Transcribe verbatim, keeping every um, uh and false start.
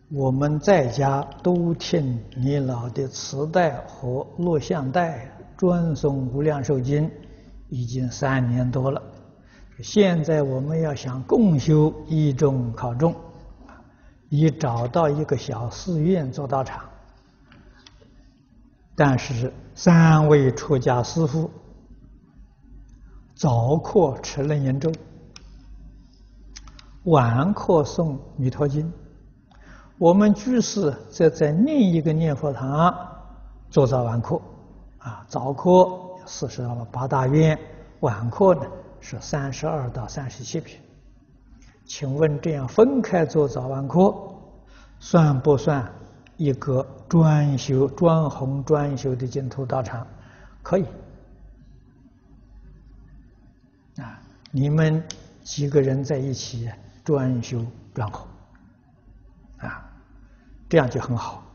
我们在家都听你老的磁带和录像带专诵《无量寿经》，已经三年多了。现在我们要想共修一中考中，已找到一个小寺院做道场，但是三位出家师父早课持楞严咒，晚课诵弥陀经。我们居士则在另一个念佛堂做早晚课，啊，早课四十八大愿，晚课呢是三十二到三十七品。请问这样分开做早晚课，算不算一个专修、专弘、专修的净土道场？可以。啊，你们几个人在一起专修专弘，啊，这样就很好。